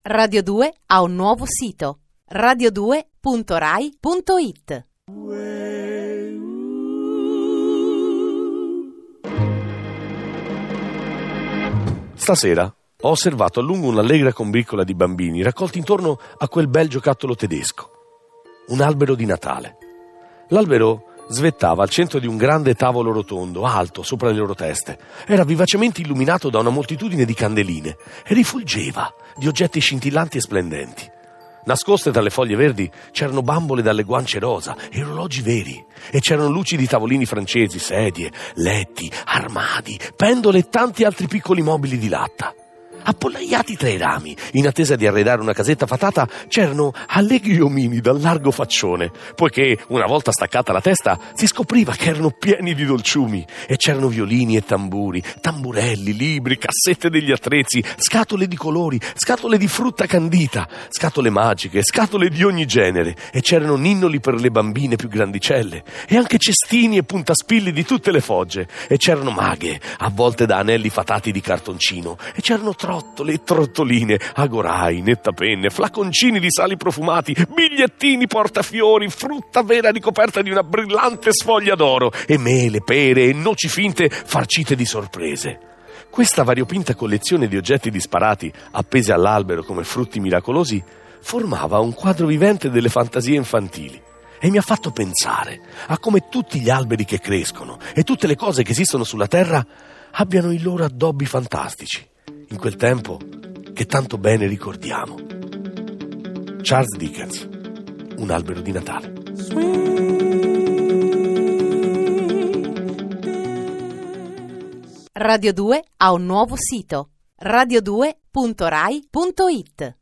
Radio 2 ha un nuovo sito: radio2.rai.it. Stasera ho osservato a lungo un'allegra combriccola di bambini raccolti intorno a quel bel giocattolo tedesco, un albero di Natale. L'albero svettava al centro di un grande tavolo rotondo, alto sopra le loro teste. Era vivacemente illuminato da una moltitudine di candeline e rifulgeva di oggetti scintillanti e splendenti. Nascoste tra le foglie verdi c'erano bambole dalle guance rosa e orologi veri, e c'erano luci di tavolini francesi, sedie, letti, armadi, pendole e tanti altri piccoli mobili di latta. Appollaiati tra i rami, in attesa di arredare una casetta fatata, c'erano allegri omini dal largo faccione, poiché, una volta staccata la testa, si scopriva che erano pieni di dolciumi, e c'erano violini e tamburi, tamburelli, libri, cassette degli attrezzi, scatole di colori, scatole di frutta candita, scatole magiche, scatole di ogni genere, e c'erano ninnoli per le bambine più grandicelle, e anche cestini e puntaspilli di tutte le fogge, e c'erano maghe, avvolte da anelli fatati di cartoncino, e c'erano trottole e trottoline, agorai, nettapenne, flaconcini di sali profumati, bigliettini portafiori, frutta vera ricoperta di una brillante sfoglia d'oro, e mele, pere e noci finte farcite di sorprese. Questa variopinta collezione di oggetti disparati, appesi all'albero come frutti miracolosi, formava un quadro vivente delle fantasie infantili. E mi ha fatto pensare a come tutti gli alberi che crescono e tutte le cose che esistono sulla terra abbiano i loro addobbi fantastici, in quel tempo che tanto bene ricordiamo. Charles Dickens, Un albero di Natale. Radio 2 ha un nuovo sito: radio2.rai.it.